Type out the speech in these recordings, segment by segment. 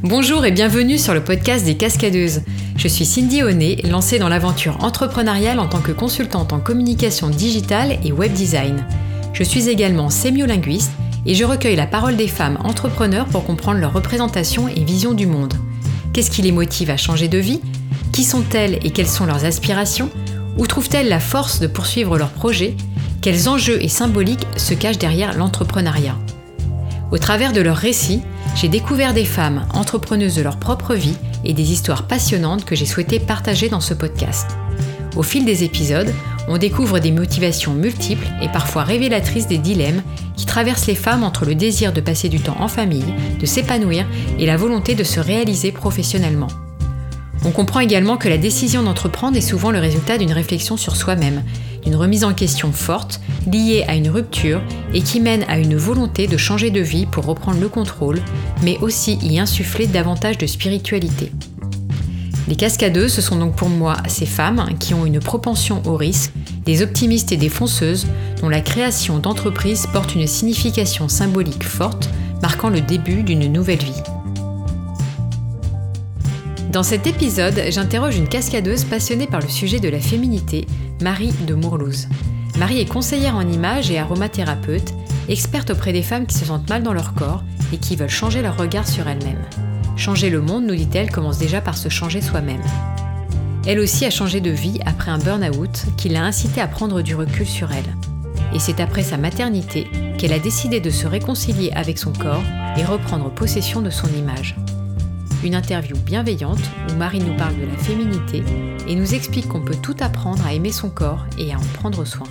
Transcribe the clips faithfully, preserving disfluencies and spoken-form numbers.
Bonjour et bienvenue sur le podcast des Cascadeuses. Je suis Cindy Honnet, lancée dans l'aventure entrepreneuriale en tant que consultante en communication digitale et web design. Je suis également sémiolinguiste et je recueille la parole des femmes entrepreneurs pour comprendre leur représentation et vision du monde. Qu'est-ce qui les motive à changer de vie ? Qui sont-elles et quelles sont leurs aspirations ? Où trouvent-elles la force de poursuivre leurs projets ? Quels enjeux et symboliques se cachent derrière l'entrepreneuriat ? Au travers de leurs récits, j'ai découvert des femmes entrepreneuses de leur propre vie et des histoires passionnantes que j'ai souhaité partager dans ce podcast. Au fil des épisodes, on découvre des motivations multiples et parfois révélatrices des dilemmes qui traversent les femmes entre le désir de passer du temps en famille, de s'épanouir et la volonté de se réaliser professionnellement. On comprend également que la décision d'entreprendre est souvent le résultat d'une réflexion sur soi-même, d'une remise en question forte, liée à une rupture et qui mène à une volonté de changer de vie pour reprendre le contrôle, mais aussi y insuffler davantage de spiritualité. Les cascadeuses, ce sont donc pour moi ces femmes qui ont une propension au risque, des optimistes et des fonceuses, dont la création d'entreprises porte une signification symbolique forte, marquant le début d'une nouvelle vie. Dans cet épisode, j'interroge une cascadeuse passionnée par le sujet de la féminité, Marie de Mourlouse. Marie est conseillère en images et aromathérapeute, experte auprès des femmes qui se sentent mal dans leur corps et qui veulent changer leur regard sur elles-mêmes. Changer le monde, nous dit-elle, commence déjà par se changer soi-même. Elle aussi a changé de vie après un burn-out qui l'a incitée à prendre du recul sur elle. Et c'est après sa maternité qu'elle a décidé de se réconcilier avec son corps et reprendre possession de son image. Une interview bienveillante où Marie nous parle de la féminité et nous explique qu'on peut tout apprendre à aimer son corps et à en prendre soin.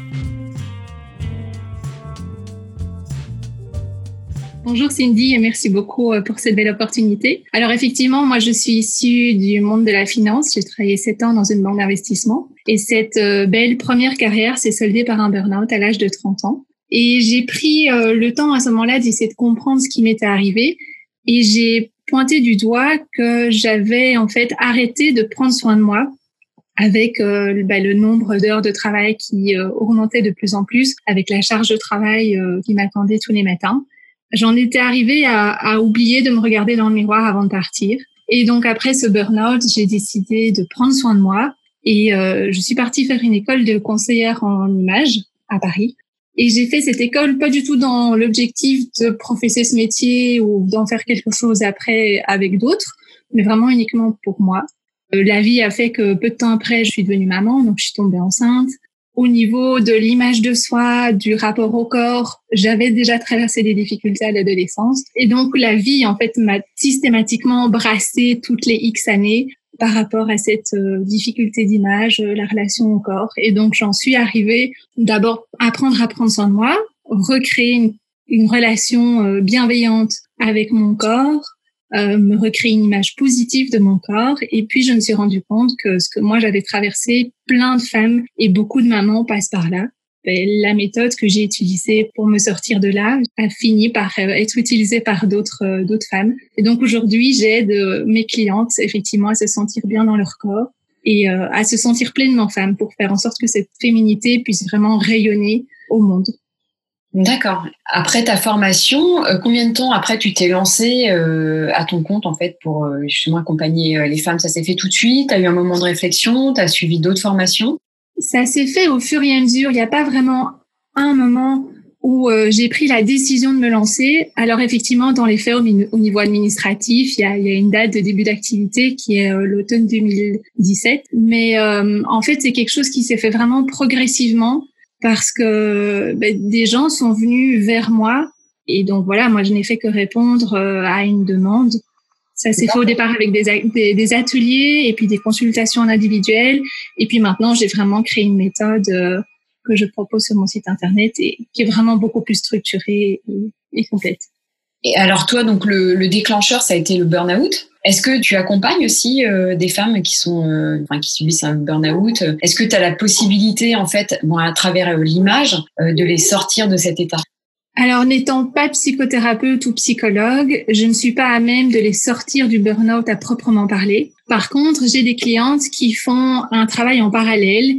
Bonjour Cindy et merci beaucoup pour cette belle opportunité. Alors effectivement, moi je suis issue du monde de la finance. J'ai travaillé sept ans dans une banque d'investissement et cette belle première carrière s'est soldée par un burn-out à l'âge de trente ans. Et j'ai pris le temps à ce moment-là d'essayer de comprendre ce qui m'était arrivé et j'ai pointé du doigt que j'avais en fait arrêté de prendre soin de moi avec euh, bah, le nombre d'heures de travail qui euh, augmentait de plus en plus, avec la charge de travail euh, qui m'attendait tous les matins. J'en étais arrivée à, à oublier de me regarder dans le miroir avant de partir. Et donc après ce burn-out, j'ai décidé de prendre soin de moi et euh, je suis partie faire une école de conseillère en images à Paris. Et j'ai fait cette école pas du tout dans l'objectif de professer ce métier ou d'en faire quelque chose après avec d'autres, mais vraiment uniquement pour moi. Euh, la vie a fait que peu de temps après, je suis devenue maman, donc je suis tombée enceinte. Au niveau de l'image de soi, du rapport au corps, j'avais déjà traversé des difficultés à l'adolescence. Et donc la vie, en fait, m'a systématiquement brassée toutes les X années par rapport à cette euh, difficulté d'image, euh, la relation au corps. Et donc, j'en suis arrivée d'abord à apprendre à prendre soin de moi, recréer une, une relation euh, bienveillante avec mon corps, euh, me recréer une image positive de mon corps. Et puis, je me suis rendu compte que ce que moi, j'avais traversé, plein de femmes et beaucoup de mamans passent par là. La méthode que j'ai utilisée pour me sortir de là a fini par être utilisée par d'autres euh, d'autres femmes. Et donc aujourd'hui, j'aide euh, mes clientes effectivement à se sentir bien dans leur corps et euh, à se sentir pleinement femme pour faire en sorte que cette féminité puisse vraiment rayonner au monde. D'accord. Après ta formation, euh, combien de temps après tu t'es lancée euh, à ton compte en fait pour euh, justement accompagner euh, les femmes ? Ça s'est fait tout de suite ? T'as eu un moment de réflexion ? T'as suivi d'autres formations ? Ça s'est fait au fur et à mesure. Il n'y a pas vraiment un moment où euh, j'ai pris la décision de me lancer. Alors effectivement, dans les faits, au, au niveau administratif, il y a, il y a une date de début d'activité qui est euh, l'automne deux mille dix-sept. Mais euh, en fait, c'est quelque chose qui s'est fait vraiment progressivement parce que ben, des gens sont venus vers moi. Et donc voilà, moi, je n'ai fait que répondre euh, à une demande. Ça s'est fait au départ avec des, des, des ateliers et puis des consultations individuelles. Et puis maintenant, j'ai vraiment créé une méthode euh, que je propose sur mon site internet et qui est vraiment beaucoup plus structurée et, et complète. Et alors toi, donc le, le déclencheur, ça a été le burn-out. Est-ce que tu accompagnes aussi euh, des femmes qui sont, euh, enfin, qui subissent un burn-out ? Est-ce que tu as la possibilité, en fait, bon, à travers euh, l'image, euh, de les sortir de cet état ? Alors, n'étant pas psychothérapeute ou psychologue, je ne suis pas à même de les sortir du burn-out à proprement parler. Par contre, j'ai des clientes qui font un travail en parallèle,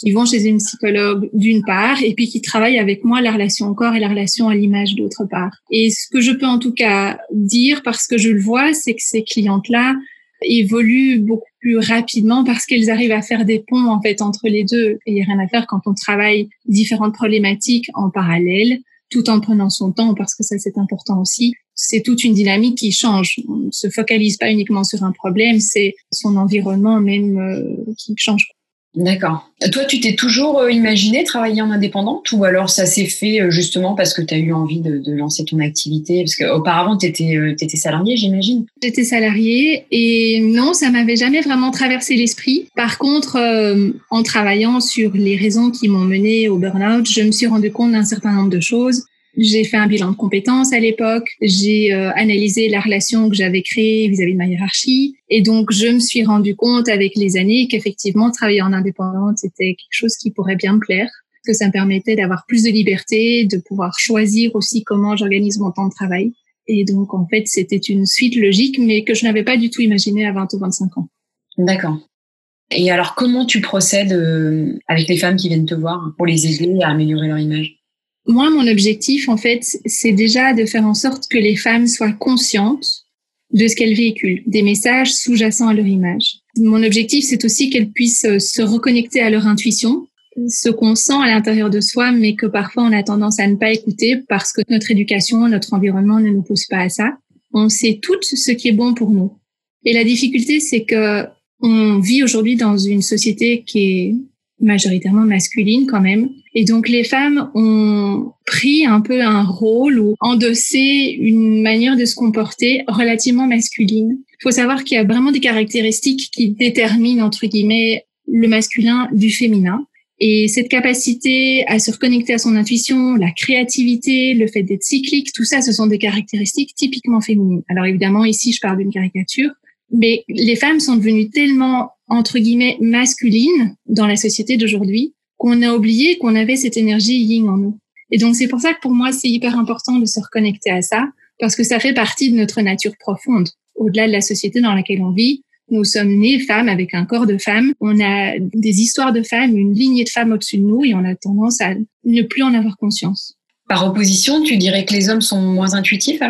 qui vont chez une psychologue d'une part, et puis qui travaillent avec moi la relation au corps et la relation à l'image d'autre part. Et ce que je peux en tout cas dire, parce que je le vois, c'est que ces clientes-là évoluent beaucoup plus rapidement parce qu'elles arrivent à faire des ponts en fait entre les deux. Et il n'y a rien à faire quand on travaille différentes problématiques en parallèle, tout en prenant son temps, parce que ça c'est important aussi. C'est toute une dynamique qui change. On ne se focalise pas uniquement sur un problème, c'est son environnement même euh, qui change. D'accord. Toi, tu t'es toujours euh, imaginé travailler en indépendante ou alors ça s'est fait euh, justement parce que tu as eu envie de, de lancer ton activité? Parce qu'auparavant, tu étais euh, salariée, j'imagine. J'étais salariée et non, ça m'avait jamais vraiment traversé l'esprit. Par contre, euh, en travaillant sur les raisons qui m'ont menée au burn-out, je me suis rendu compte d'un certain nombre de choses. J'ai fait un bilan de compétences à l'époque. J'ai euh, analysé la relation que j'avais créée vis-à-vis de ma hiérarchie. Et donc, je me suis rendu compte avec les années qu'effectivement, travailler en indépendante, c'était quelque chose qui pourrait bien me plaire, que ça me permettait d'avoir plus de liberté, de pouvoir choisir aussi comment j'organise mon temps de travail. Et donc, en fait, c'était une suite logique, mais que je n'avais pas du tout imaginé à vingt ou vingt-cinq ans. D'accord. Et alors, comment tu procèdes euh, avec les femmes qui viennent te voir pour les aider à améliorer leur image? Moi, mon objectif, en fait, c'est déjà de faire en sorte que les femmes soient conscientes de ce qu'elles véhiculent, des messages sous-jacents à leur image. Mon objectif, c'est aussi qu'elles puissent se reconnecter à leur intuition, ce qu'on sent à l'intérieur de soi, mais que parfois on a tendance à ne pas écouter parce que notre éducation, notre environnement ne nous pousse pas à ça. On sait toutes ce qui est bon pour nous. Et la difficulté, c'est que on vit aujourd'hui dans une société qui est majoritairement masculine quand même. Et donc, les femmes ont pris un peu un rôle ou endossé une manière de se comporter relativement masculine. Il faut savoir qu'il y a vraiment des caractéristiques qui déterminent, entre guillemets, le masculin du féminin. Et cette capacité à se reconnecter à son intuition, la créativité, le fait d'être cyclique, tout ça, ce sont des caractéristiques typiquement féminines. Alors évidemment, ici, je parle d'une caricature, mais les femmes sont devenues tellement, entre guillemets, masculines dans la société d'aujourd'hui qu'on a oublié qu'on avait cette énergie yin en nous. Et donc, c'est pour ça que pour moi, c'est hyper important de se reconnecter à ça, parce que ça fait partie de notre nature profonde. Au-delà de la société dans laquelle on vit, nous sommes nées femmes avec un corps de femme. On a des histoires de femmes, une lignée de femmes au-dessus de nous, et on a tendance à ne plus en avoir conscience. Par opposition, tu dirais que les hommes sont moins intuitifs alors ?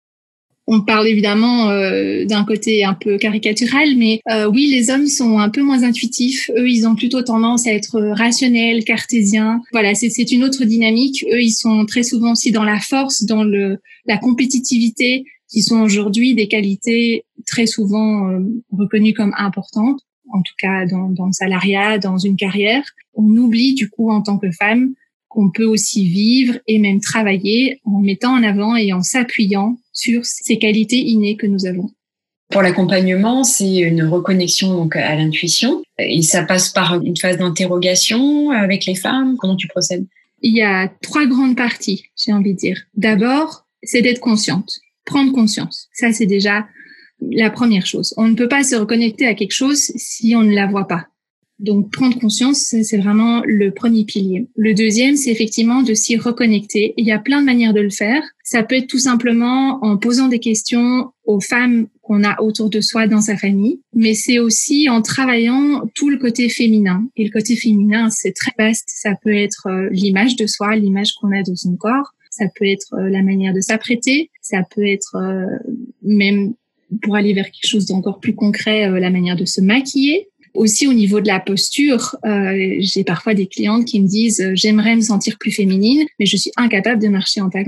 On parle évidemment euh, d'un côté un peu caricatural, mais euh, oui, les hommes sont un peu moins intuitifs. Eux, ils ont plutôt tendance à être rationnels, cartésiens. Voilà, c'est, c'est une autre dynamique. Eux, ils sont très souvent aussi dans la force, dans le la compétitivité, qui sont aujourd'hui des qualités très souvent euh, reconnues comme importantes, en tout cas dans, dans le salariat, dans une carrière. On oublie du coup en tant que femme qu'on peut aussi vivre et même travailler en mettant en avant et en s'appuyant sur ces qualités innées que nous avons. Pour l'accompagnement, c'est une reconnexion donc à l'intuition et ça passe par une phase d'interrogation avec les femmes. Comment tu procèdes ? Il y a trois grandes parties, j'ai envie de dire. D'abord, c'est d'être consciente, prendre conscience. Ça, c'est déjà la première chose. On ne peut pas se reconnecter à quelque chose si on ne la voit pas. Donc, prendre conscience, c'est vraiment le premier pilier. Le deuxième, c'est effectivement de s'y reconnecter. Il y a plein de manières de le faire. Ça peut être tout simplement en posant des questions aux femmes qu'on a autour de soi dans sa famille, mais c'est aussi en travaillant tout le côté féminin. Et le côté féminin, c'est très vaste. Ça peut être l'image de soi, l'image qu'on a de son corps. Ça peut être la manière de s'apprêter. Ça peut être même, pour aller vers quelque chose d'encore plus concret, la manière de se maquiller. Aussi, au niveau de la posture, euh, j'ai parfois des clientes qui me disent euh, « j'aimerais me sentir plus féminine, mais je suis incapable de marcher en talons ».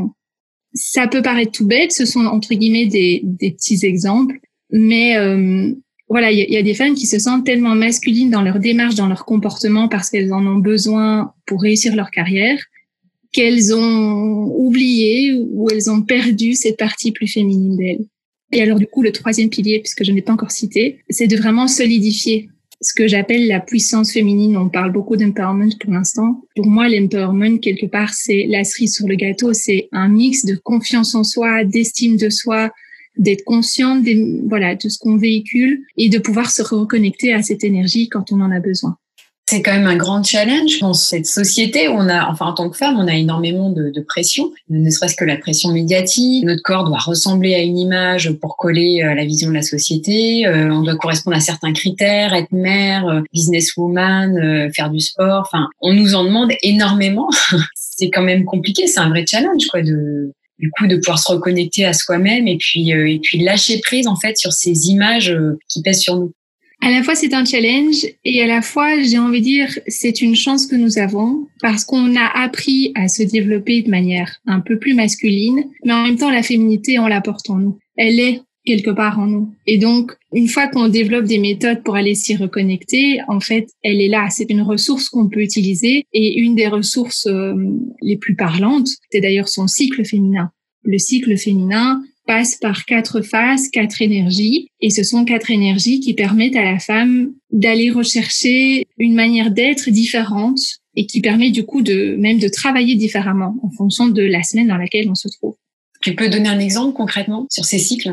Ça peut paraître tout bête, ce sont entre guillemets des, des petits exemples, mais euh, voilà, il y, y a des femmes qui se sentent tellement masculines dans leur démarche, dans leur comportement, parce qu'elles en ont besoin pour réussir leur carrière, qu'elles ont oublié ou elles ont perdu cette partie plus féminine d'elles. Et alors du coup, le troisième pilier, puisque je n'ai pas encore cité, c'est de vraiment solidifier ce que j'appelle la puissance féminine. On parle beaucoup d'empowerment pour l'instant. Pour moi, l'empowerment, quelque part, c'est la cerise sur le gâteau. C'est un mix de confiance en soi, d'estime de soi, d'être consciente des, voilà, de ce qu'on véhicule et de pouvoir se reconnecter à cette énergie quand on en a besoin. C'est quand même un grand challenge dans cette société où on a, enfin en tant que femme, on a énormément de, de pression, ne serait-ce que la pression médiatique. Notre corps doit ressembler à une image pour coller à la vision de la société. Euh, on doit correspondre à certains critères, être mère, euh, businesswoman, euh, faire du sport. Enfin, on nous en demande énormément. C'est quand même compliqué. C'est un vrai challenge, quoi, de du coup de pouvoir se reconnecter à soi-même et puis euh, et puis lâcher prise en fait sur ces images euh, qui pèsent sur nous. À la fois, c'est un challenge et à la fois, j'ai envie de dire, c'est une chance que nous avons parce qu'on a appris à se développer de manière un peu plus masculine, mais en même temps, la féminité, on la porte en nous. Elle est quelque part en nous. Et donc, une fois qu'on développe des méthodes pour aller s'y reconnecter, en fait, elle est là. C'est une ressource qu'on peut utiliser et une des ressources euh, les plus parlantes, c'est d'ailleurs son cycle féminin. Le cycle féminin passe par quatre phases, quatre énergies, et ce sont quatre énergies qui permettent à la femme d'aller rechercher une manière d'être différente et qui permet du coup de même de travailler différemment en fonction de la semaine dans laquelle on se trouve. Tu peux donner un exemple concrètement sur ces cycles ?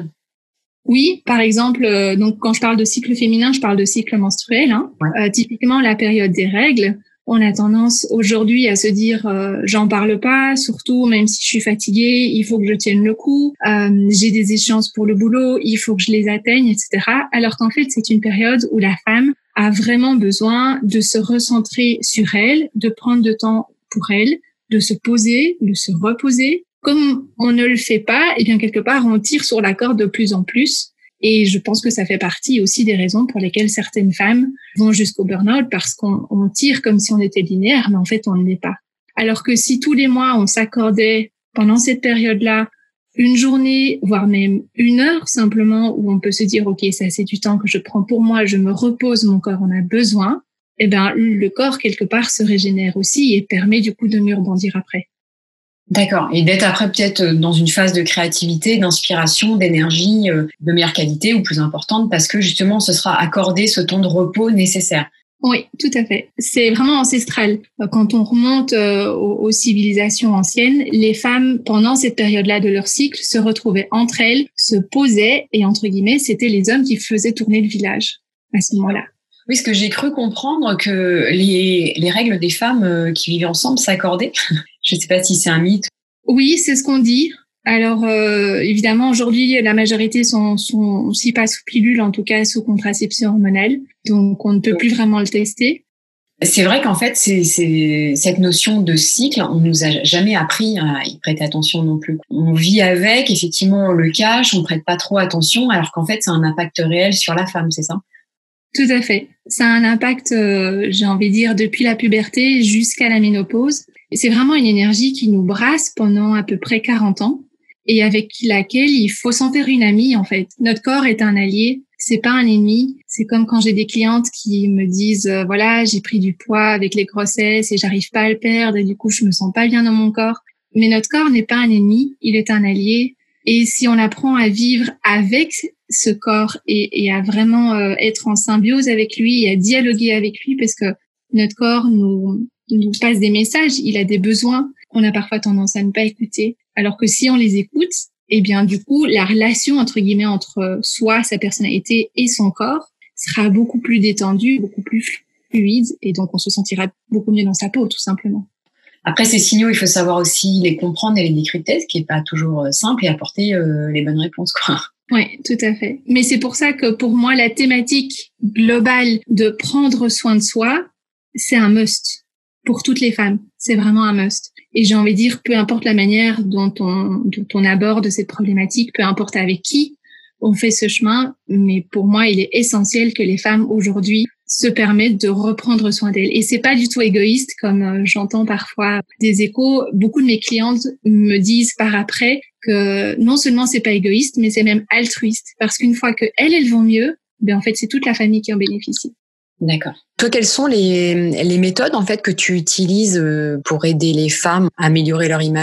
Oui, par exemple, euh, donc quand je parle de cycle féminin, je parle de cycle menstruel. Hein. Ouais. Euh, typiquement, la période des règles. On a tendance aujourd'hui à se dire euh, j'en parle pas, surtout même si je suis fatiguée, il faut que je tienne le coup, euh, j'ai des échéances pour le boulot, il faut que je les atteigne, et cetera. Alors qu'en fait, c'est une période où la femme a vraiment besoin de se recentrer sur elle, de prendre de temps pour elle, de se poser, de se reposer. Comme on ne le fait pas, eh bien quelque part, on tire sur la corde de plus en plus. Et je pense que ça fait partie aussi des raisons pour lesquelles certaines femmes vont jusqu'au burn-out parce qu'on on tire comme si on était linéaire, mais en fait, on ne l'est pas. Alors que si tous les mois, on s'accordait pendant cette période-là une journée, voire même une heure simplement, où on peut se dire, OK, ça c'est du temps que je prends pour moi, je me repose, mon corps en a besoin, eh ben, le corps, quelque part, se régénère aussi et permet du coup de mieux rebondir après. D'accord. Et d'être après peut-être dans une phase de créativité, d'inspiration, d'énergie de meilleure qualité ou plus importante parce que justement, ce sera accordé ce temps de repos nécessaire. Oui, tout à fait. C'est vraiment ancestral. Quand on remonte aux, aux civilisations anciennes, les femmes, pendant cette période-là de leur cycle, se retrouvaient entre elles, se posaient et, entre guillemets, c'était les hommes qui faisaient tourner le village à ce moment-là. Oui, parce que j'ai cru comprendre que les, les règles des femmes qui vivaient ensemble s'accordaient. Je ne sais pas si c'est un mythe. Oui, c'est ce qu'on dit. Alors, euh, évidemment, aujourd'hui, la majorité sont, sont aussi pas sous pilule, en tout cas sous contraception hormonale. Donc, on ne peut plus vraiment le tester. C'est vrai qu'en fait, c'est, c'est cette notion de cycle, on nous a jamais appris à y prêter attention non plus. On vit avec, effectivement, on le cache, on prête pas trop attention, alors qu'en fait, c'est un impact réel sur la femme, c'est ça ? Tout à fait. Ça a un impact, euh, j'ai envie de dire, depuis la puberté jusqu'à la ménopause. Et c'est vraiment une énergie qui nous brasse pendant à peu près quarante ans et avec laquelle il faut s'en faire une amie, en fait. Notre corps est un allié, c'est pas un ennemi. C'est comme quand j'ai des clientes qui me disent, euh, voilà, j'ai pris du poids avec les grossesses et j'arrive pas à le perdre et du coup, je me sens pas bien dans mon corps. Mais notre corps n'est pas un ennemi, il est un allié. Et si on apprend à vivre avec ce corps et, et à vraiment euh, être en symbiose avec lui et à dialoguer avec lui, parce que notre corps nous, nous passe des messages, il a des besoins qu'on a parfois tendance à ne pas écouter. Alors que si on les écoute, eh bien du coup, la relation entre guillemets entre soi, sa personnalité et son corps sera beaucoup plus détendue, beaucoup plus fluide, et donc on se sentira beaucoup mieux dans sa peau, tout simplement. Après, ces signaux, il faut savoir aussi les comprendre et les décrypter, ce qui n'est pas toujours simple, et apporter euh, les bonnes réponses, quoi. Oui, tout à fait. Mais c'est pour ça que pour moi, la thématique globale de prendre soin de soi, c'est un must pour toutes les femmes. C'est vraiment un must. Et j'ai envie de dire, peu importe la manière dont on, dont on aborde cette problématique, peu importe avec qui on fait ce chemin, mais pour moi, il est essentiel que les femmes aujourd'hui se permettent de reprendre soin d'elles. Et c'est pas du tout égoïste, comme euh, j'entends parfois des échos. Beaucoup de mes clientes me disent par après que non seulement c'est pas égoïste, mais c'est même altruiste. Parce qu'une fois que elles, elles vont mieux, ben en fait, c'est toute la famille qui en bénéficie. D'accord. Toi, quelles sont les, les méthodes en fait que tu utilises pour aider les femmes à améliorer leur image ?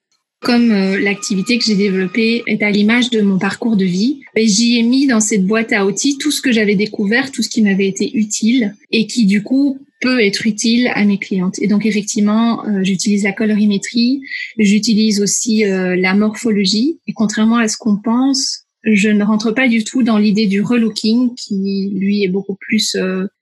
Comme euh, l'activité que j'ai développée est à l'image de mon parcours de vie, et j'y ai mis dans cette boîte à outils tout ce que j'avais découvert, tout ce qui m'avait été utile et qui du coup peut être utile à mes clientes. Et donc effectivement, euh, j'utilise la colorimétrie, j'utilise aussi euh, la morphologie. Et contrairement à ce qu'on pense, je ne rentre pas du tout dans l'idée du relooking qui, lui, est beaucoup plus euh,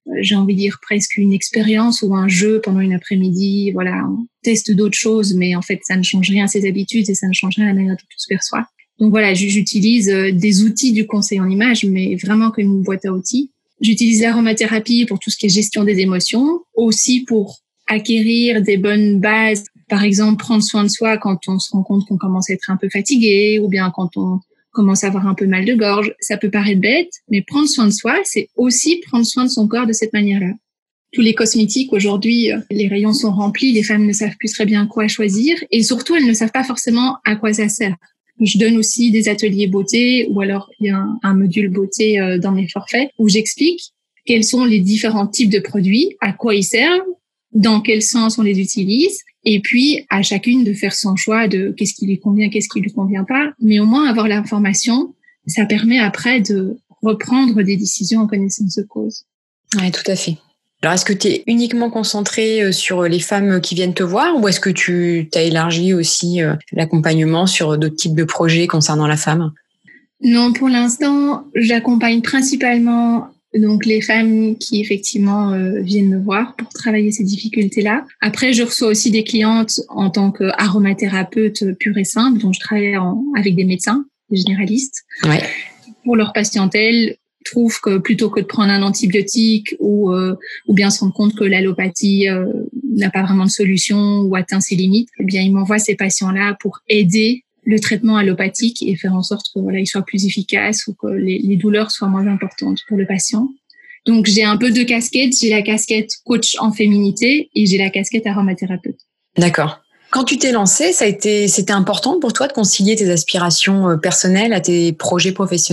j'ai envie de dire presque une expérience ou un jeu pendant une après-midi. Voilà, on teste d'autres choses, mais en fait, ça ne change rien à ses habitudes et ça ne change rien à la manière dont on se perçoit. Donc voilà, j'utilise des outils du conseil en images, mais vraiment comme une boîte à outils. J'utilise l'aromathérapie pour tout ce qui est gestion des émotions, aussi pour acquérir des bonnes bases. Par exemple, prendre soin de soi quand on se rend compte qu'on commence à être un peu fatigué ou bien quand on commence à avoir un peu mal de gorge. Ça peut paraître bête, mais prendre soin de soi, c'est aussi prendre soin de son corps de cette manière-là. Tous les cosmétiques, aujourd'hui, les rayons sont remplis, les femmes ne savent plus très bien quoi choisir et surtout, elles ne savent pas forcément à quoi ça sert. Je donne aussi des ateliers beauté ou alors il y a un, un module beauté dans mes forfaits où j'explique quels sont les différents types de produits, à quoi ils servent, dans quel sens on les utilise et puis à chacune de faire son choix de qu'est-ce qui lui convient, qu'est-ce qui lui convient pas. Mais au moins avoir l'information, ça permet après de reprendre des décisions en connaissance de cause. Oui, tout à fait. Alors, est-ce que tu es uniquement concentrée sur les femmes qui viennent te voir ou est-ce que tu as élargi aussi l'accompagnement sur d'autres types de projets concernant la femme ? Non, pour l'instant, j'accompagne principalement donc les femmes qui effectivement euh, viennent me voir pour travailler ces difficultés-là. Après, je reçois aussi des clientes en tant qu'aromathérapeute pure et simple, dont je travaille en, avec des médecins, des généralistes. Ouais. Pour leur patientèle, trouve que plutôt que de prendre un antibiotique ou euh, ou bien se rendre compte que l'allopathie euh, n'a pas vraiment de solution ou atteint ses limites, eh bien ils m'envoient ces patients-là pour aider le traitement allopathique et faire en sorte que voilà, il soit plus efficace ou que les, les douleurs soient moins importantes pour le patient. Donc j'ai un peu deux casquettes, j'ai la casquette coach en féminité et j'ai la casquette aromathérapeute. D'accord. Quand tu t'es lancée, ça a été c'était important pour toi de concilier tes aspirations personnelles à tes projets professionnels ?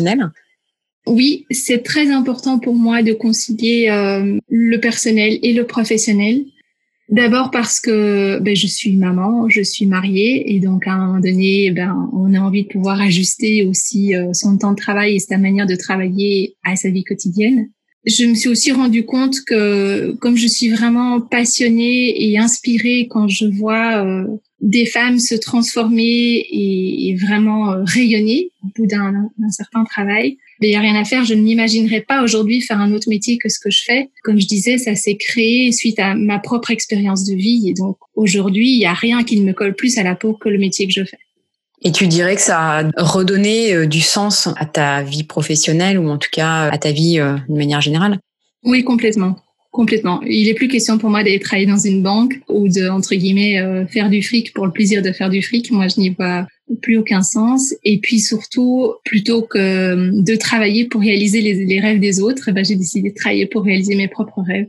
Oui, c'est très important pour moi de concilier euh, le personnel et le professionnel. D'abord parce que ben, je suis maman, je suis mariée et donc à un moment donné, ben, on a envie de pouvoir ajuster aussi euh, son temps de travail et sa manière de travailler à sa vie quotidienne. Je me suis aussi rendu compte que comme je suis vraiment passionnée et inspirée quand je vois euh, des femmes se transformer et, et vraiment euh, rayonner au bout d'un, d'un certain travail, il n'y a rien à faire. Je ne m'imaginerais pas aujourd'hui faire un autre métier que ce que je fais. Comme je disais, ça s'est créé suite à ma propre expérience de vie. Et donc, aujourd'hui, il n'y a rien qui ne me colle plus à la peau que le métier que je fais. Et tu dirais que ça a redonné du sens à ta vie professionnelle ou en tout cas à ta vie de manière générale ? Oui, complètement. Complètement. Il n'est plus question pour moi d'aller travailler dans une banque ou de, entre guillemets, euh, faire du fric pour le plaisir de faire du fric. Moi, je n'y vois plus aucun sens. Et puis surtout, plutôt que de travailler pour réaliser les, les rêves des autres, eh ben, j'ai décidé de travailler pour réaliser mes propres rêves.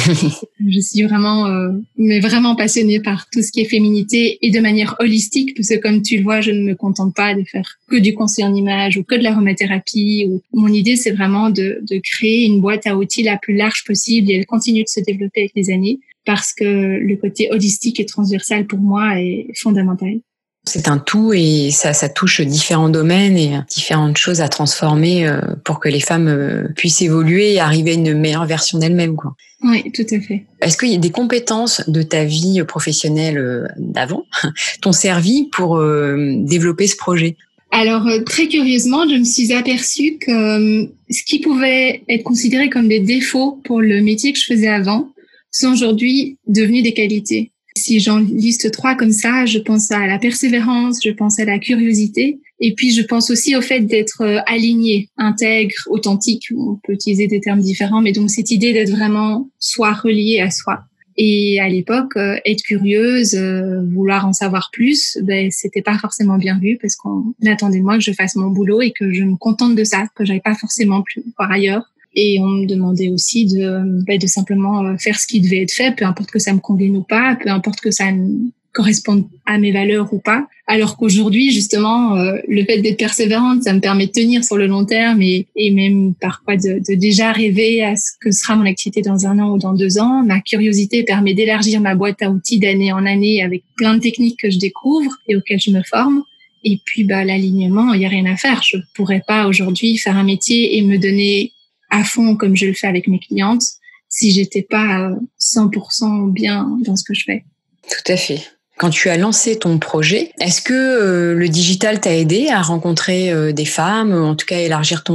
Je suis vraiment, euh, mais vraiment passionnée par tout ce qui est féminité et de manière holistique, parce que comme tu le vois, je ne me contente pas de faire que du conseil en images ou que de l'aromathérapie. Ou... Mon idée, c'est vraiment de, de créer une boîte à outils la plus large possible et elle continue de se développer avec les années parce que le côté holistique et transversal pour moi est fondamental. C'est un tout et ça, ça touche différents domaines et différentes choses à transformer pour que les femmes puissent évoluer et arriver à une meilleure version d'elles-mêmes, quoi. Oui, tout à fait. Est-ce qu'il y a des compétences de ta vie professionnelle d'avant t'ont servi pour développer ce projet ? Alors, très curieusement, je me suis aperçue que ce qui pouvait être considéré comme des défauts pour le métier que je faisais avant sont aujourd'hui devenus des qualités. Si j'en liste trois comme ça, je pense à la persévérance, je pense à la curiosité, et puis je pense aussi au fait d'être aligné, intègre, authentique. On peut utiliser des termes différents, mais donc cette idée d'être vraiment soi, relié à soi. Et à l'époque, euh, être curieuse, euh, vouloir en savoir plus, ben c'était pas forcément bien vu parce qu'on attendait de moi que je fasse mon boulot et que je me contente de ça, que j'avais pas forcément pu voir ailleurs. Et on me demandait aussi de, ben, de simplement faire ce qui devait être fait, peu importe que ça me convienne ou pas, peu importe que ça corresponde à mes valeurs ou pas. Alors qu'aujourd'hui, justement, euh, le fait d'être persévérante, ça me permet de tenir sur le long terme et, et même parfois de, de déjà rêver à ce que sera mon activité dans un an ou dans deux ans. Ma curiosité permet d'élargir ma boîte à outils d'année en année avec plein de techniques que je découvre et auxquelles je me forme. Et puis, bah, l'alignement, il n'y a rien à faire. Je pourrais pas aujourd'hui faire un métier et me donner à fond comme je le fais avec mes clientes si j'étais pas cent pour cent bien dans ce que je fais. Tout à fait. Quand tu as lancé ton projet, est-ce que euh, le digital t'a aidé à rencontrer euh, des femmes, en tout cas à élargir ton réseau ?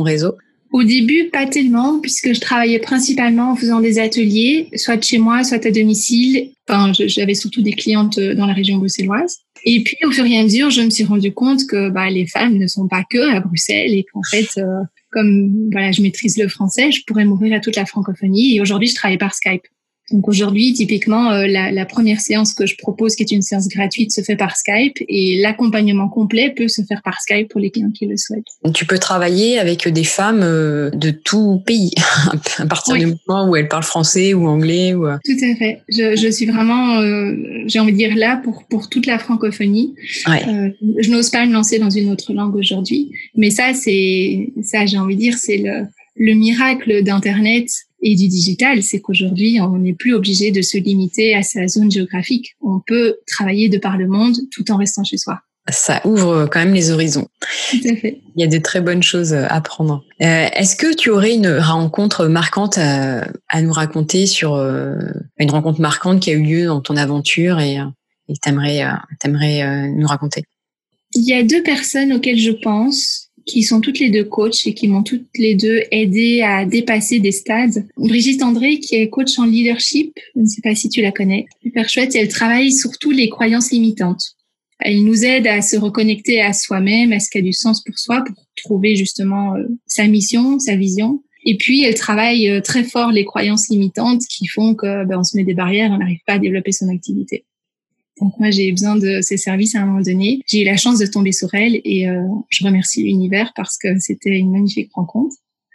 Au début, pas tellement, puisque je travaillais principalement en faisant des ateliers, soit de chez moi, soit à domicile. Enfin, je, j'avais surtout des clientes dans la région bruxelloise. Et puis, au fur et à mesure, je me suis rendu compte que bah, les femmes ne sont pas que à Bruxelles et qu'en fait, euh, comme voilà, je maîtrise le français, je pourrais m'ouvrir à toute la francophonie. Et aujourd'hui, je travaille par Skype. Donc aujourd'hui, typiquement, euh, la, la première séance que je propose, qui est une séance gratuite, se fait par Skype et l'accompagnement complet peut se faire par Skype pour les clients qui le souhaitent. Tu peux travailler avec des femmes de tout pays, à partir oui. du moment où elles parlent français ou anglais. Ou... Tout à fait. Je, je suis vraiment, euh, j'ai envie de dire, là pour, pour toute la francophonie. Ouais. Euh, je n'ose pas me lancer dans une autre langue aujourd'hui, mais ça, c'est, ça, j'ai envie de dire, c'est le, le miracle d'Internet et du digital, c'est qu'aujourd'hui, on n'est plus obligé de se limiter à sa zone géographique. On peut travailler de par le monde tout en restant chez soi. Ça ouvre quand même les horizons. Tout à fait. Il y a de très bonnes choses à apprendre. Euh, est-ce que tu aurais une rencontre marquante à, à nous raconter sur euh, une rencontre marquante qui a eu lieu dans ton aventure et, et t'aimerais, euh, t'aimerais euh, nous raconter? Il y a deux personnes auxquelles je pense, qui sont toutes les deux coachs et qui m'ont toutes les deux aidé à dépasser des stades. Brigitte André, qui est coach en leadership, je ne sais pas si tu la connais, super chouette, et elle travaille surtout les croyances limitantes. Elle nous aide à se reconnecter à soi-même, à ce qui a du sens pour soi, pour trouver justement euh, sa mission, sa vision. Et puis, elle travaille euh, très fort les croyances limitantes qui font que ben, on se met des barrières, on n'arrive pas à développer son activité. Donc moi, j'ai eu besoin de ces services à un moment donné. J'ai eu la chance de tomber sur elle et euh, je remercie l'univers parce que c'était une magnifique rencontre.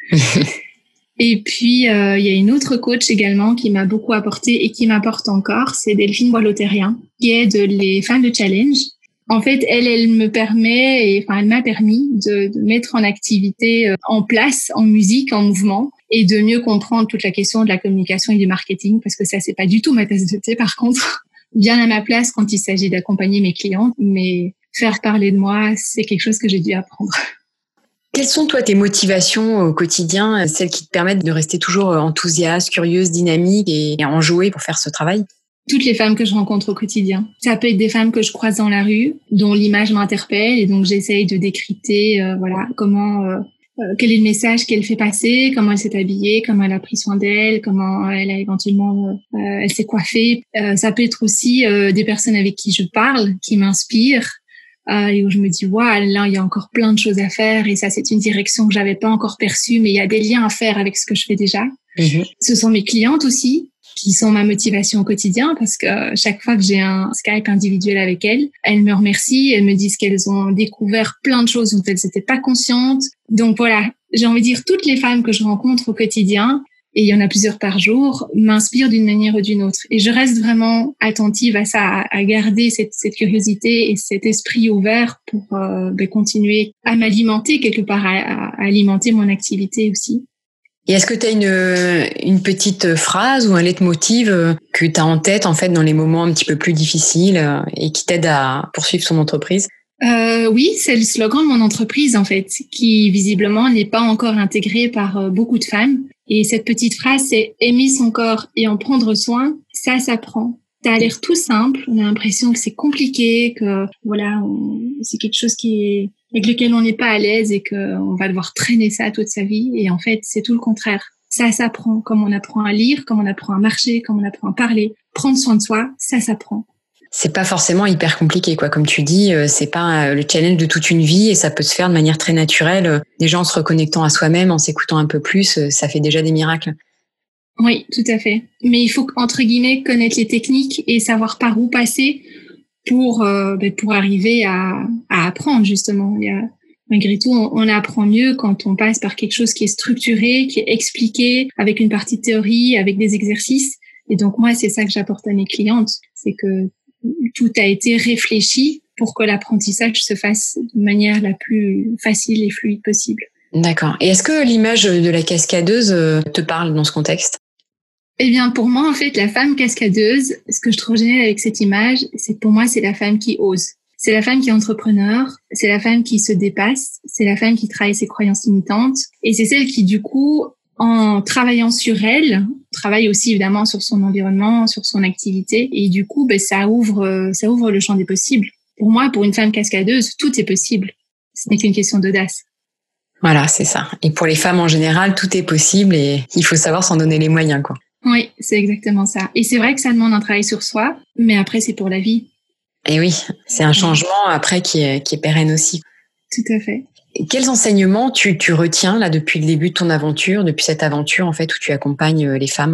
Et puis, euh, il y a une autre coach également qui m'a beaucoup apporté et qui m'apporte encore, c'est Delphine Boileau-Terrien, qui aide les femmes de challenge. En fait, elle, elle me permet, et, enfin, elle m'a permis de, de mettre en activité, euh, en place, en musique, en mouvement, et de mieux comprendre toute la question de la communication et du marketing, parce que ça, c'est pas du tout ma tasse de thé, par contre. Bien à ma place quand il s'agit d'accompagner mes clientes, mais faire parler de moi, c'est quelque chose que j'ai dû apprendre. Quelles sont, toi, tes motivations au quotidien, celles qui te permettent de rester toujours enthousiaste, curieuse, dynamique et enjouée pour faire ce travail? Toutes les femmes que je rencontre au quotidien. Ça peut être des femmes que je croise dans la rue, dont l'image m'interpelle, et donc j'essaye de décrypter, euh, voilà, comment, euh, euh, quel est le message qu'elle fait passer, comment elle s'est habillée, comment elle a pris soin d'elle, comment elle a éventuellement, euh, elle s'est coiffée. Euh, ça peut être aussi euh, des personnes avec qui je parle, qui m'inspirent, euh, et où je me dis, waouh, là, il y a encore plein de choses à faire, et ça, c'est une direction que j'avais pas encore perçue, mais il y a des liens à faire avec ce que je fais déjà. Mmh. Ce sont mes clientes aussi, qui sont ma motivation au quotidien, parce que chaque fois que j'ai un Skype individuel avec elles, elles me remercient, elles me disent qu'elles ont découvert plein de choses dont elles n'étaient pas conscientes. Donc voilà, j'ai envie de dire, toutes les femmes que je rencontre au quotidien, et il y en a plusieurs par jour, m'inspirent d'une manière ou d'une autre. Et je reste vraiment attentive à ça, à, à garder cette, cette curiosité et cet esprit ouvert pour euh, ben, continuer à m'alimenter quelque part, à, à alimenter mon activité aussi. Et est-ce que tu as une, une petite phrase ou un leitmotiv que tu as en tête, en fait, dans les moments un petit peu plus difficiles et qui t'aide à poursuivre son entreprise? Euh, oui, c'est le slogan de mon entreprise, en fait, qui visiblement n'est pas encore intégré par beaucoup de femmes. Et cette petite phrase, c'est « aimer son corps et en prendre soin, ça s'apprend ». Ça a l'air tout simple, on a l'impression que c'est compliqué, que voilà, on, c'est quelque chose qui est, avec lequel on n'est pas à l'aise et qu'on va devoir traîner ça toute sa vie. Et en fait, c'est tout le contraire. Ça s'apprend, comme on apprend à lire, comme on apprend à marcher, comme on apprend à parler. Prendre soin de soi, ça s'apprend. C'est pas forcément hyper compliqué, quoi. Comme tu dis, c'est pas le challenge de toute une vie et ça peut se faire de manière très naturelle. Déjà en se reconnectant à soi-même, en s'écoutant un peu plus, ça fait déjà des miracles. Oui, tout à fait. Mais il faut, entre guillemets, connaître les techniques et savoir par où passer pour euh, ben, pour arriver à, à apprendre, justement. Il y a, malgré tout, on, on apprend mieux quand on passe par quelque chose qui est structuré, qui est expliqué, avec une partie de théorie, avec des exercices. Et donc, moi, c'est ça que j'apporte à mes clientes. C'est que tout a été réfléchi pour que l'apprentissage se fasse de manière la plus facile et fluide possible. D'accord. Et est-ce que l'image de la cascadeuse te parle dans ce contexte ? Eh bien, pour moi, en fait, la femme cascadeuse, ce que je trouve génial avec cette image, c'est que pour moi, c'est la femme qui ose. C'est la femme qui est entrepreneur, c'est la femme qui se dépasse, c'est la femme qui travaille ses croyances limitantes, et c'est celle qui, du coup, en travaillant sur elle, travaille aussi évidemment sur son environnement, sur son activité, et du coup, ben, ça ouvre, ça ouvre le champ des possibles. Pour moi, pour une femme cascadeuse, tout est possible. Ce n'est qu'une question d'audace. Voilà, c'est ça. Et pour les femmes en général, tout est possible et il faut savoir s'en donner les moyens, quoi. Oui, c'est exactement ça. Et c'est vrai que ça demande un travail sur soi, mais après, c'est pour la vie. Et oui, c'est un changement après qui est, qui est pérenne aussi. Tout à fait. Et quels enseignements tu, tu retiens là depuis le début de ton aventure, depuis cette aventure en fait où tu accompagnes les femmes ?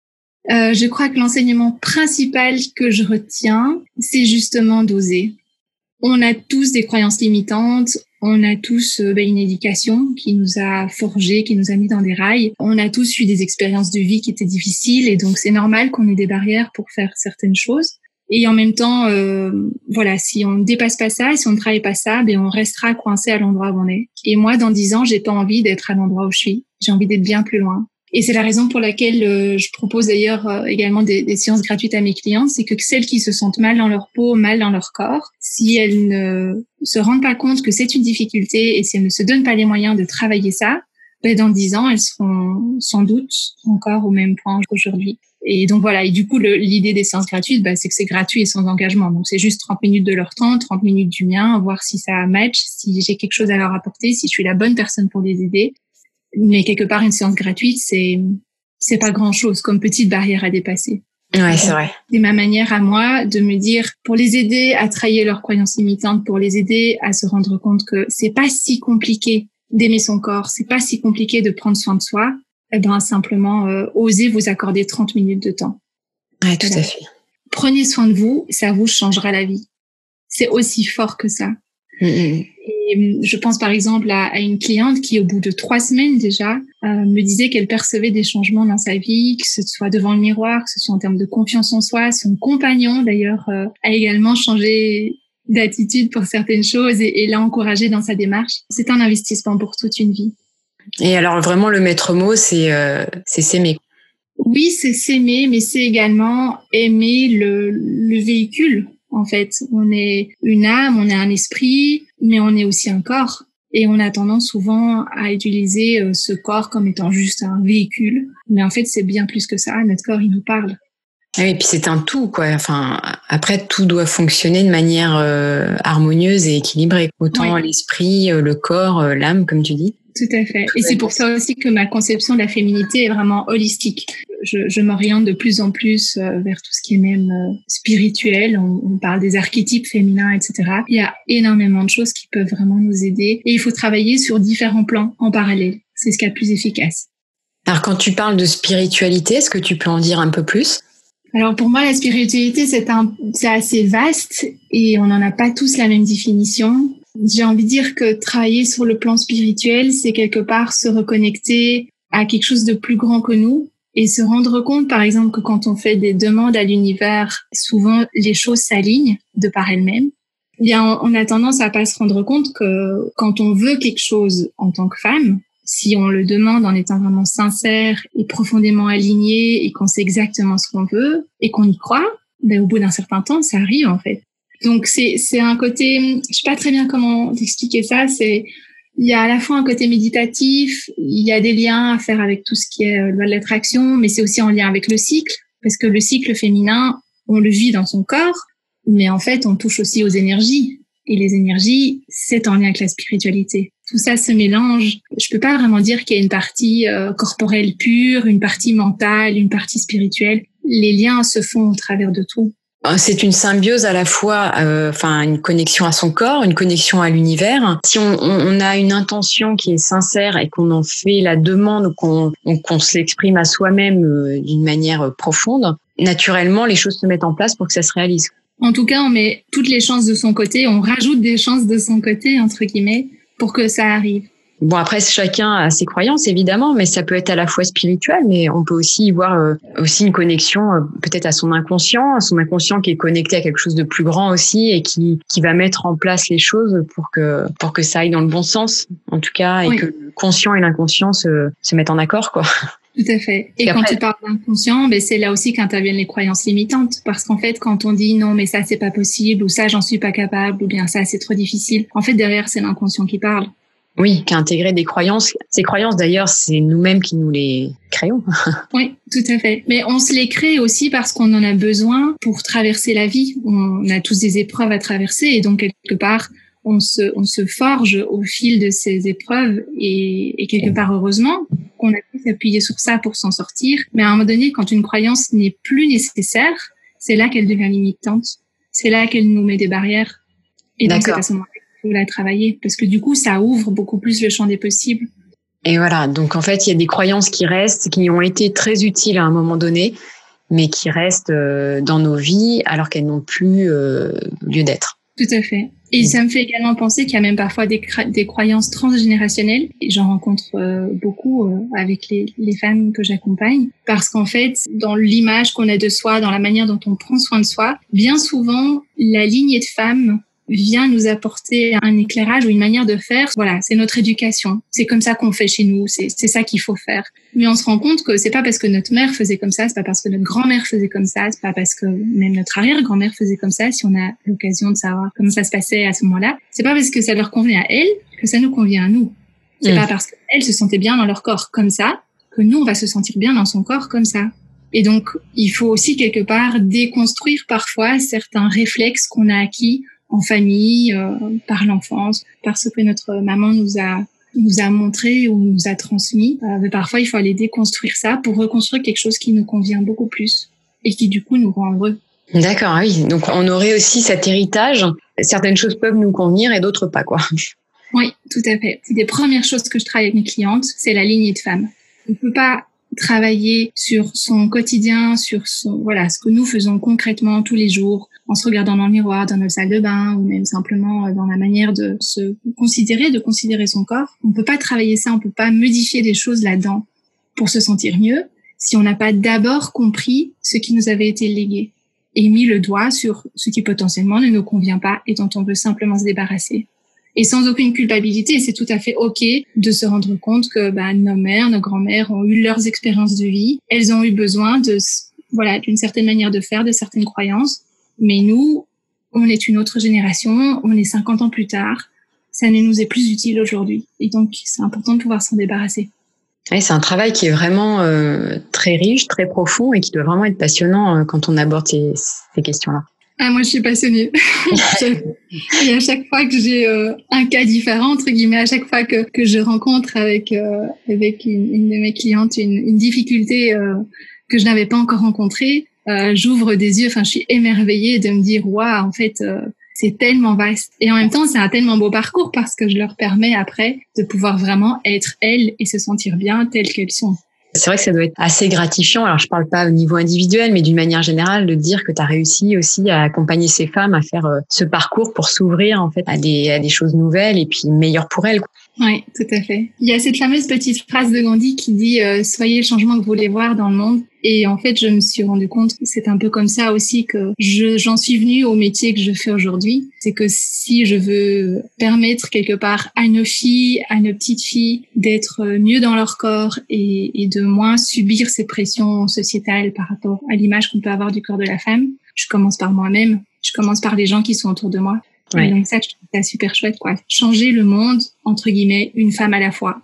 euh, Je crois que l'enseignement principal que je retiens, c'est justement d'oser. On a tous des croyances limitantes, on a tous euh, une éducation qui nous a forgés, qui nous a mis dans des rails. On a tous eu des expériences de vie qui étaient difficiles et donc c'est normal qu'on ait des barrières pour faire certaines choses. Et en même temps, euh, voilà, si on ne dépasse pas ça, si on ne travaille pas ça, ben on restera coincé à l'endroit où on est. Et moi, dans dix ans, j'ai pas envie d'être à l'endroit où je suis. J'ai envie d'être bien plus loin. Et c'est la raison pour laquelle euh, je propose d'ailleurs euh, également des, des séances gratuites à mes clientes, c'est que celles qui se sentent mal dans leur peau, mal dans leur corps, si elles ne se rendent pas compte que c'est une difficulté et si elles ne se donnent pas les moyens de travailler ça, ben dans dix ans, elles seront sans doute encore au même point qu'aujourd'hui. Et donc voilà, et du coup, le, l'idée des séances gratuites, bah, c'est que c'est gratuit et sans engagement. Donc c'est juste trente minutes de leur temps, trente minutes du mien, voir si ça match, si j'ai quelque chose à leur apporter, si je suis la bonne personne pour les aider. Mais quelque part, une séance gratuite, c'est c'est pas grand-chose comme petite barrière à dépasser. Ouais, c'est vrai. C'est ma manière à moi de me dire, pour les aider à trahir leurs croyances limitantes, pour les aider à se rendre compte que c'est pas si compliqué d'aimer son corps, c'est pas si compliqué de prendre soin de soi. Eh ben simplement euh, osez vous accorder trente minutes de temps. Ouais, tout voilà. à fait. Prenez soin de vous, ça vous changera la vie. C'est aussi fort que ça. Mm-hmm. Et je pense par exemple à, à une cliente qui, au bout de trois semaines déjà, euh, me disait qu'elle percevait des changements dans sa vie, que ce soit devant le miroir, que ce soit en termes de confiance en soi. Son compagnon, d'ailleurs, euh, a également changé d'attitude pour certaines choses et, et l'a encouragée dans sa démarche. C'est un investissement pour toute une vie. Et alors vraiment le maître mot, c'est euh, c'est s'aimer. Oui, c'est s'aimer, mais c'est également aimer le, le véhicule. En fait, on est une âme, on est un esprit, mais on est aussi un corps. Et on a tendance souvent à utiliser ce corps comme étant juste un véhicule. Mais en fait, c'est bien plus que ça. Notre corps, il nous parle. Et puis c'est un tout, quoi. Enfin, après, tout doit fonctionner de manière euh, harmonieuse et équilibrée. Autant ouais. L'esprit, le corps, l'âme, comme tu dis. Tout à fait. Et c'est pour ça aussi que ma conception de la féminité est vraiment holistique. Je, je m'oriente de plus en plus vers tout ce qui est même spirituel. On, on parle des archétypes féminins, et cetera. Il y a énormément de choses qui peuvent vraiment nous aider. Et il faut travailler sur différents plans en parallèle. C'est ce qui est le plus efficace. Alors, quand tu parles de spiritualité, est-ce que tu peux en dire un peu plus ? Alors, pour moi, la spiritualité, c'est, un, c'est assez vaste et on n'en a pas tous la même définition. J'ai envie de dire que travailler sur le plan spirituel, c'est quelque part se reconnecter à quelque chose de plus grand que nous et se rendre compte, par exemple, que quand on fait des demandes à l'univers, souvent les choses s'alignent de par elles-mêmes. Eh bien, on a tendance à pas se rendre compte que quand on veut quelque chose en tant que femme, si on le demande en étant vraiment sincère et profondément aligné et qu'on sait exactement ce qu'on veut et qu'on y croit, ben au bout d'un certain temps, ça arrive en fait. Donc c'est c'est un côté, je sais pas très bien comment t'expliquer ça, c'est il y a à la fois un côté méditatif, il y a des liens à faire avec tout ce qui est loi de l'attraction, mais c'est aussi en lien avec le cycle parce que le cycle féminin, on le vit dans son corps, mais en fait, on touche aussi aux énergies et les énergies, c'est en lien avec la spiritualité. Tout ça se mélange. Je peux pas vraiment dire qu'il y a une partie euh, corporelle pure, une partie mentale, une partie spirituelle. Les liens se font au travers de tout. C'est une symbiose à la fois, euh, enfin une connexion à son corps, une connexion à l'univers. Si on, on a une intention qui est sincère et qu'on en fait la demande ou qu'on, qu'on se l'exprime à soi-même euh, d'une manière profonde, naturellement les choses se mettent en place pour que ça se réalise. En tout cas, on met toutes les chances de son côté, on rajoute des chances de son côté, entre guillemets, pour que ça arrive. Bon, après, chacun a ses croyances, évidemment, mais ça peut être à la fois spirituel, mais on peut aussi y voir euh, aussi une connexion euh, peut-être à son inconscient, à son inconscient qui est connecté à quelque chose de plus grand aussi et qui qui va mettre en place les choses pour que pour que ça aille dans le bon sens, en tout cas, et oui. Que le conscient et l'inconscient se, se mettent en accord, quoi. Tout à fait. Et, et quand après... tu parles d'inconscient, ben c'est là aussi qu'interviennent les croyances limitantes. Parce qu'en fait, quand on dit non, mais ça, c'est pas possible, ou ça, j'en suis pas capable, ou bien ça, c'est trop difficile, en fait, derrière, c'est l'inconscient qui parle. Oui, qui a intégré des croyances. Ces croyances, d'ailleurs, c'est nous-mêmes qui nous les créons. Oui, tout à fait. Mais on se les crée aussi parce qu'on en a besoin pour traverser la vie. On a tous des épreuves à traverser et donc, quelque part, on se, on se forge au fil de ces épreuves et, et quelque part heureusement qu'on a pu s'appuyer sur ça pour s'en sortir. Mais à un moment donné, quand une croyance n'est plus nécessaire, c'est là qu'elle devient limitante. C'est là qu'elle nous met des barrières. Et donc, c'est à ce moment-là qu'il faut la travailler. Parce que du coup, ça ouvre beaucoup plus le champ des possibles. Et voilà. Donc, en fait, il y a des croyances qui restent, qui ont été très utiles à un moment donné, mais qui restent euh, dans nos vies alors qu'elles n'ont plus euh, lieu d'être. Tout à fait. Et ça me fait également penser qu'il y a même parfois des, cra- des croyances transgénérationnelles. Et j'en rencontre euh, beaucoup euh, avec les, les femmes que j'accompagne. Parce qu'en fait, dans l'image qu'on a de soi, dans la manière dont on prend soin de soi, bien souvent, la lignée de femmes vient nous apporter un éclairage ou une manière de faire. Voilà, c'est notre éducation. C'est comme ça qu'on fait chez nous. C'est, c'est ça qu'il faut faire. Mais on se rend compte que c'est pas parce que notre mère faisait comme ça, c'est pas parce que notre grand-mère faisait comme ça, c'est pas parce que même notre arrière-grand-mère faisait comme ça, si on a l'occasion de savoir comment ça se passait à ce moment-là. C'est pas parce que ça leur convenait à elles que ça nous convient à nous. C'est mmh. pas parce qu'elles se sentaient bien dans leur corps comme ça que nous, on va se sentir bien dans son corps comme ça. Et donc, il faut aussi quelque part déconstruire parfois certains réflexes qu'on a acquis en famille, euh, par l'enfance, parce que notre maman nous a nous a montré ou nous a transmis. Euh, mais parfois, il faut aller déconstruire ça pour reconstruire quelque chose qui nous convient beaucoup plus et qui, du coup, nous rend heureux. D'accord, oui. Donc, on aurait aussi cet héritage. Certaines choses peuvent nous convenir et d'autres pas, quoi. Oui, tout à fait. C'est des premières choses que je travaille avec mes clientes, c'est la lignée de femme. On ne peut pas travailler sur son quotidien, sur son, voilà, ce que nous faisons concrètement tous les jours, en se regardant dans le miroir, dans notre salle de bain, ou même simplement dans la manière de se considérer, de considérer son corps. On peut pas travailler ça, on peut pas modifier des choses là-dedans pour se sentir mieux si on n'a pas d'abord compris ce qui nous avait été légué et mis le doigt sur ce qui potentiellement ne nous convient pas et dont on veut simplement se débarrasser. Et sans aucune culpabilité, c'est tout à fait OK de se rendre compte que bah, nos mères, nos grands-mères ont eu leurs expériences de vie. Elles ont eu besoin de, voilà, d'une certaine manière de faire, de certaines croyances. Mais nous, on est une autre génération, on est cinquante ans plus tard. Ça ne nous est plus utile aujourd'hui. Et donc, c'est important de pouvoir s'en débarrasser. Oui, c'est un travail qui est vraiment euh, très riche, très profond et qui doit vraiment être passionnant euh, quand on aborde ces, ces questions-là. Ah, moi, je suis passionnée. Et à chaque fois que j'ai euh, un cas différent, entre guillemets, à chaque fois que, que je rencontre avec, euh, avec une, une de mes clientes une, une difficulté euh, que je n'avais pas encore rencontrée, euh, j'ouvre des yeux, enfin, je suis émerveillée de me dire, waouh, en fait, euh, c'est tellement vaste. Et en même temps, c'est un tellement beau parcours parce que je leur permets après de pouvoir vraiment être elles et se sentir bien telles qu'elles sont. C'est vrai que ça doit être assez gratifiant. Alors, je parle pas au niveau individuel, mais d'une manière générale, de dire que tu as réussi aussi à accompagner ces femmes à faire euh, ce parcours pour s'ouvrir, en fait, à des, à des choses nouvelles et puis meilleures pour elles. Oui, tout à fait. Il y a cette fameuse petite phrase de Gandhi qui dit euh, « Soyez le changement que vous voulez voir dans le monde ». Et en fait, je me suis rendu compte que c'est un peu comme ça aussi que je, j'en suis venue au métier que je fais aujourd'hui. C'est que si je veux permettre quelque part à nos filles, à nos petites filles d'être mieux dans leur corps et, et de moins subir ces pressions sociétales par rapport à l'image qu'on peut avoir du corps de la femme, je commence par moi-même. Je commence par les gens qui sont autour de moi. Ouais. Et donc ça, je trouve ça super chouette, quoi. Changer le monde, entre guillemets, une femme à la fois.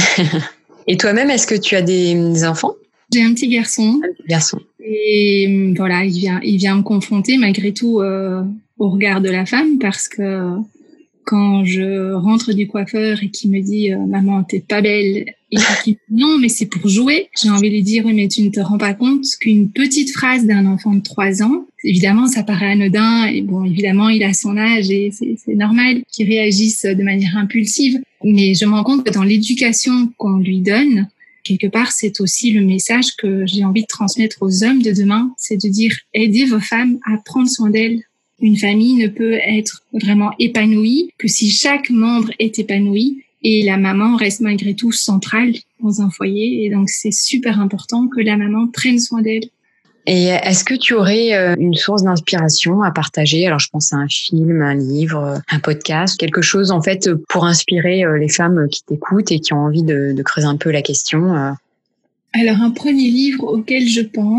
Et toi-même, est-ce que tu as des, des enfants ? J'ai un petit garçon. Un petit garçon. Et voilà, il vient, il vient me confronter malgré tout euh, au regard de la femme parce que quand je rentre du coiffeur et qu'il me dit euh, « Maman, t'es pas belle », et qu'il me dit « Non, mais c'est pour jouer », j'ai envie de lui dire « Oui, mais tu ne te rends pas compte qu'une petite phrase d'un enfant de trois ans, évidemment, ça paraît anodin, et bon, évidemment, il a son âge et c'est, c'est normal qu'il réagisse de manière impulsive, mais je me rends compte que dans l'éducation qu'on lui donne, quelque part, c'est aussi le message que j'ai envie de transmettre aux hommes de demain, c'est de dire « Aidez vos femmes à prendre soin d'elles ». Une famille ne peut être vraiment épanouie que si chaque membre est épanoui et la maman reste malgré tout centrale dans un foyer. Et donc, c'est super important que la maman prenne soin d'elle. Et est-ce que tu aurais une source d'inspiration à partager ? Alors, je pense à un film, un livre, un podcast, quelque chose en fait pour inspirer les femmes qui t'écoutent et qui ont envie de, de creuser un peu la question. Alors, un premier livre auquel je pense,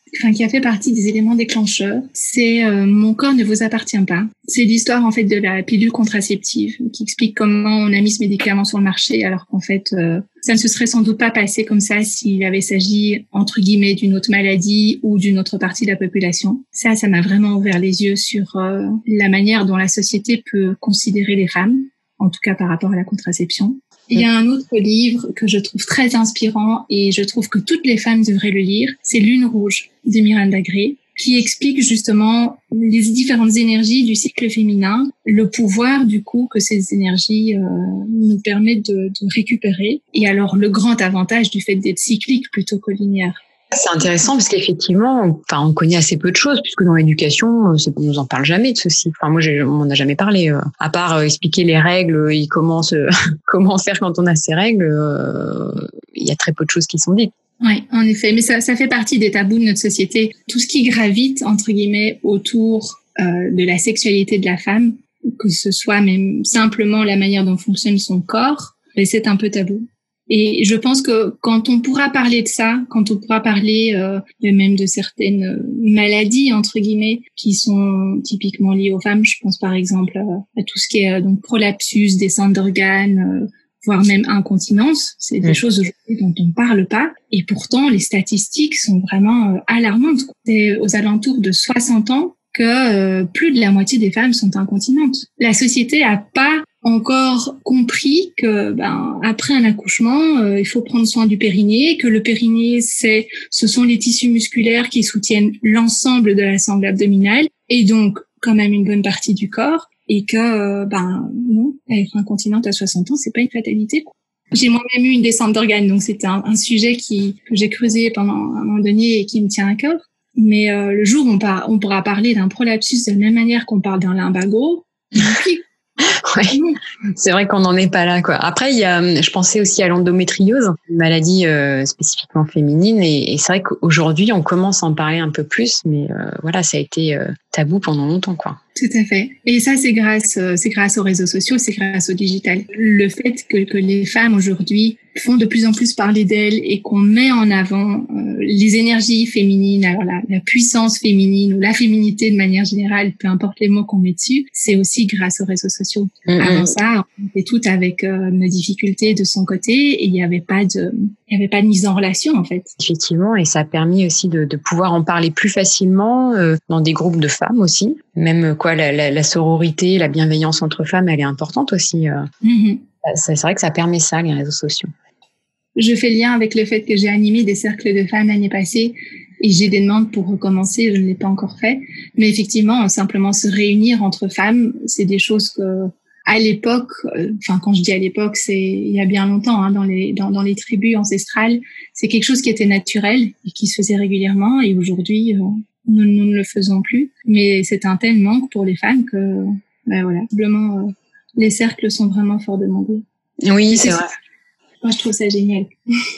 enfin qui a fait partie des éléments déclencheurs, c'est euh, Mon corps ne vous appartient pas. C'est l'histoire en fait de la pilule contraceptive qui explique comment on a mis ce médicament sur le marché alors qu'en fait euh, ça ne se serait sans doute pas passé comme ça s'il avait s'agi entre guillemets d'une autre maladie ou d'une autre partie de la population. Ça, ça m'a vraiment ouvert les yeux sur euh, la manière dont la société peut considérer les femmes, en tout cas par rapport à la contraception. Il y a un autre livre que je trouve très inspirant et je trouve que toutes les femmes devraient le lire, c'est Lune rouge de Miranda Gray, qui explique justement les différentes énergies du cycle féminin, le pouvoir du coup que ces énergies euh, nous permettent de, de récupérer, et alors le grand avantage du fait d'être cyclique plutôt que linéaire. C'est intéressant parce qu'effectivement, enfin, on connaît assez peu de choses puisque dans l'éducation, c'est, on nous en parle jamais de ceci. Enfin, moi, j'ai, on m'en a jamais parlé. Euh, à part euh, expliquer les règles et comment se, comment faire quand on a ces règles, euh, il y a très peu de choses qui sont dites. Oui, en effet, mais ça, ça fait partie des tabous de notre société. Tout ce qui gravite entre guillemets autour euh, de la sexualité de la femme, que ce soit même simplement la manière dont fonctionne son corps, c'est un peu tabou. Et je pense que quand on pourra parler de ça, quand on pourra parler euh, même de certaines maladies entre guillemets qui sont typiquement liées aux femmes, je pense par exemple à, à tout ce qui est euh, donc prolapsus, descente d'organes, euh, voire même incontinence, c'est des mmh. choses aujourd'hui dont on parle pas. Et pourtant, les statistiques sont vraiment euh, alarmantes. C'est aux alentours de soixante ans que euh, plus de la moitié des femmes sont incontinentes. La société a pas encore compris que ben après un accouchement, euh, il faut prendre soin du périnée, que le périnée c'est ce sont les tissus musculaires qui soutiennent l'ensemble de la sangle abdominale et donc quand même une bonne partie du corps, et que euh, ben non, être incontinente à soixante ans, c'est pas une fatalité. J'ai moi-même eu une descente d'organes, donc c'était un, un sujet qui que j'ai creusé pendant un moment donné et qui me tient à cœur. Mais euh, le jour où on, par, on pourra parler d'un prolapsus de la même manière qu'on parle d'un lumbago, puis oui, c'est vrai qu'on n'en est pas là, quoi. Après, il y a, je pensais aussi à l'endométriose, une maladie euh, spécifiquement féminine, et, et c'est vrai qu'aujourd'hui, on commence à en parler un peu plus, mais euh, voilà, ça a été euh, tabou pendant longtemps, quoi. Tout à fait. Et ça, c'est grâce, c'est grâce aux réseaux sociaux, c'est grâce au digital. Le fait que, que les femmes aujourd'hui font de plus en plus parler d'elles et qu'on met en avant euh, les énergies féminines, alors la, la puissance féminine ou la féminité de manière générale, peu importe les mots qu'on met dessus, c'est aussi grâce aux réseaux sociaux. Mm-hmm. Avant ça, on était toutes avec euh, nos difficultés de son côté et il n'y avait pas de, il y avait pas de mise en relation en fait. Effectivement, et ça a permis aussi de, de pouvoir en parler plus facilement euh, dans des groupes de femmes aussi, même quoi. La, la, la sororité, la bienveillance entre femmes, elle est importante aussi. Mm-hmm. C'est, c'est vrai que ça permet ça, les réseaux sociaux. Je fais le lien avec le fait que j'ai animé des cercles de femmes l'année passée et j'ai des demandes pour recommencer, je ne l'ai pas encore fait. Mais effectivement, simplement se réunir entre femmes, c'est des choses que, à l'époque, enfin quand je dis à l'époque, c'est il y a bien longtemps, hein, dans les dans, dans les tribus ancestrales, c'est quelque chose qui était naturel et qui se faisait régulièrement. Et aujourd'hui, euh, nous, nous ne le faisons plus. Mais c'est un tel manque pour les femmes que, ben voilà, simplement, euh, les cercles sont vraiment fort demandés. Oui, c'est, c'est vrai. Moi, je trouve ça génial.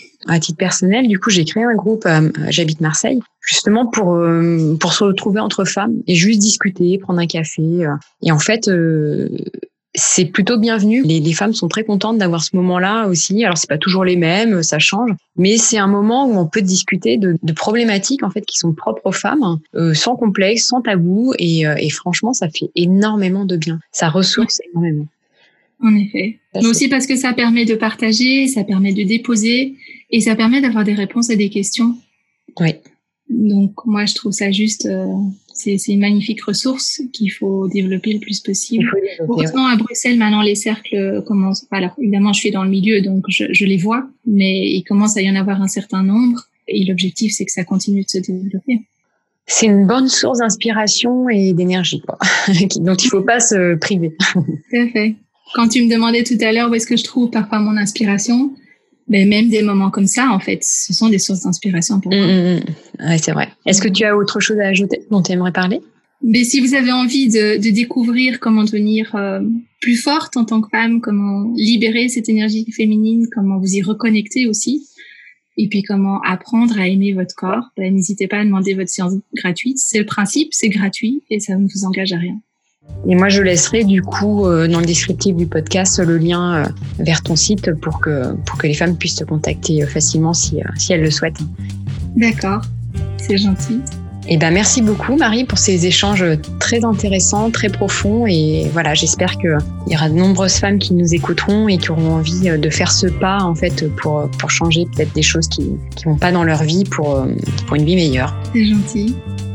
À titre personnel, du coup, j'ai créé un groupe, euh, j'habite Marseille, justement pour euh, pour se retrouver entre femmes et juste discuter, prendre un café. Euh, et en fait, euh, c'est plutôt bienvenu. Les, les femmes sont très contentes d'avoir ce moment-là aussi. Alors, c'est pas toujours les mêmes, ça change, mais c'est un moment où on peut discuter de, de problématiques en fait qui sont propres aux femmes, euh, sans complexe, sans tabou, et, euh, et franchement, ça fait énormément de bien. Ça ressource énormément. En effet. Mais aussi parce que ça permet de partager, ça permet de déposer et ça permet d'avoir des réponses à des questions. Oui. Donc, moi, je trouve ça juste, euh, c'est, c'est une magnifique ressource qu'il faut développer le plus possible. Heureusement, à Bruxelles, maintenant, les cercles commencent. Alors, évidemment, je suis dans le milieu, donc je, je les vois, mais il commence à y en avoir un certain nombre et l'objectif, c'est que ça continue de se développer. C'est une bonne source d'inspiration et d'énergie, quoi, dont il faut pas se priver. Tout à fait. Quand tu me demandais tout à l'heure où est-ce que je trouve parfois mon inspiration, ben même des moments comme ça, en fait, ce sont des sources d'inspiration pour moi. Mmh, mmh. Ouais, c'est vrai. Est-ce que tu as autre chose à ajouter dont tu aimerais parler ? Mais si vous avez envie de, de découvrir comment devenir euh, plus forte en tant que femme, comment libérer cette énergie féminine, comment vous y reconnecter aussi, et puis comment apprendre à aimer votre corps, ben, n'hésitez pas à demander votre séance gratuite. C'est le principe, c'est gratuit et ça ne vous engage à rien. Et moi, je laisserai du coup euh, dans le descriptif du podcast le lien euh, vers ton site pour que pour que les femmes puissent te contacter euh, facilement si euh, si elles le souhaitent. D'accord. C'est gentil. Eh ben, merci beaucoup, Marie, pour ces échanges très intéressants, très profonds. Et voilà, j'espère qu'il y aura de nombreuses femmes qui nous écouteront et qui auront envie de faire ce pas, en fait, pour, pour changer peut-être des choses qui ne vont pas dans leur vie pour, pour une vie meilleure. C'est gentil.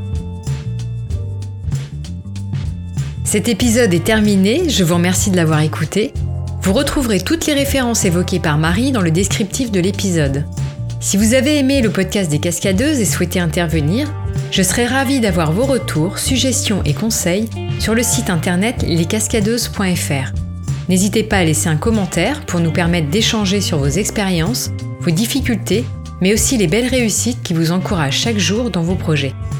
Cet épisode est terminé. Je vous remercie de l'avoir écouté. Vous retrouverez toutes les références évoquées par Marie dans le descriptif de l'épisode. Si vous avez aimé le podcast des Cascadeuses et souhaitez intervenir, je serai ravie d'avoir vos retours, suggestions et conseils sur le site internet les cascadeuses point f r. N'hésitez pas à laisser un commentaire pour nous permettre d'échanger sur vos expériences, vos difficultés, mais aussi les belles réussites qui vous encouragent chaque jour dans vos projets.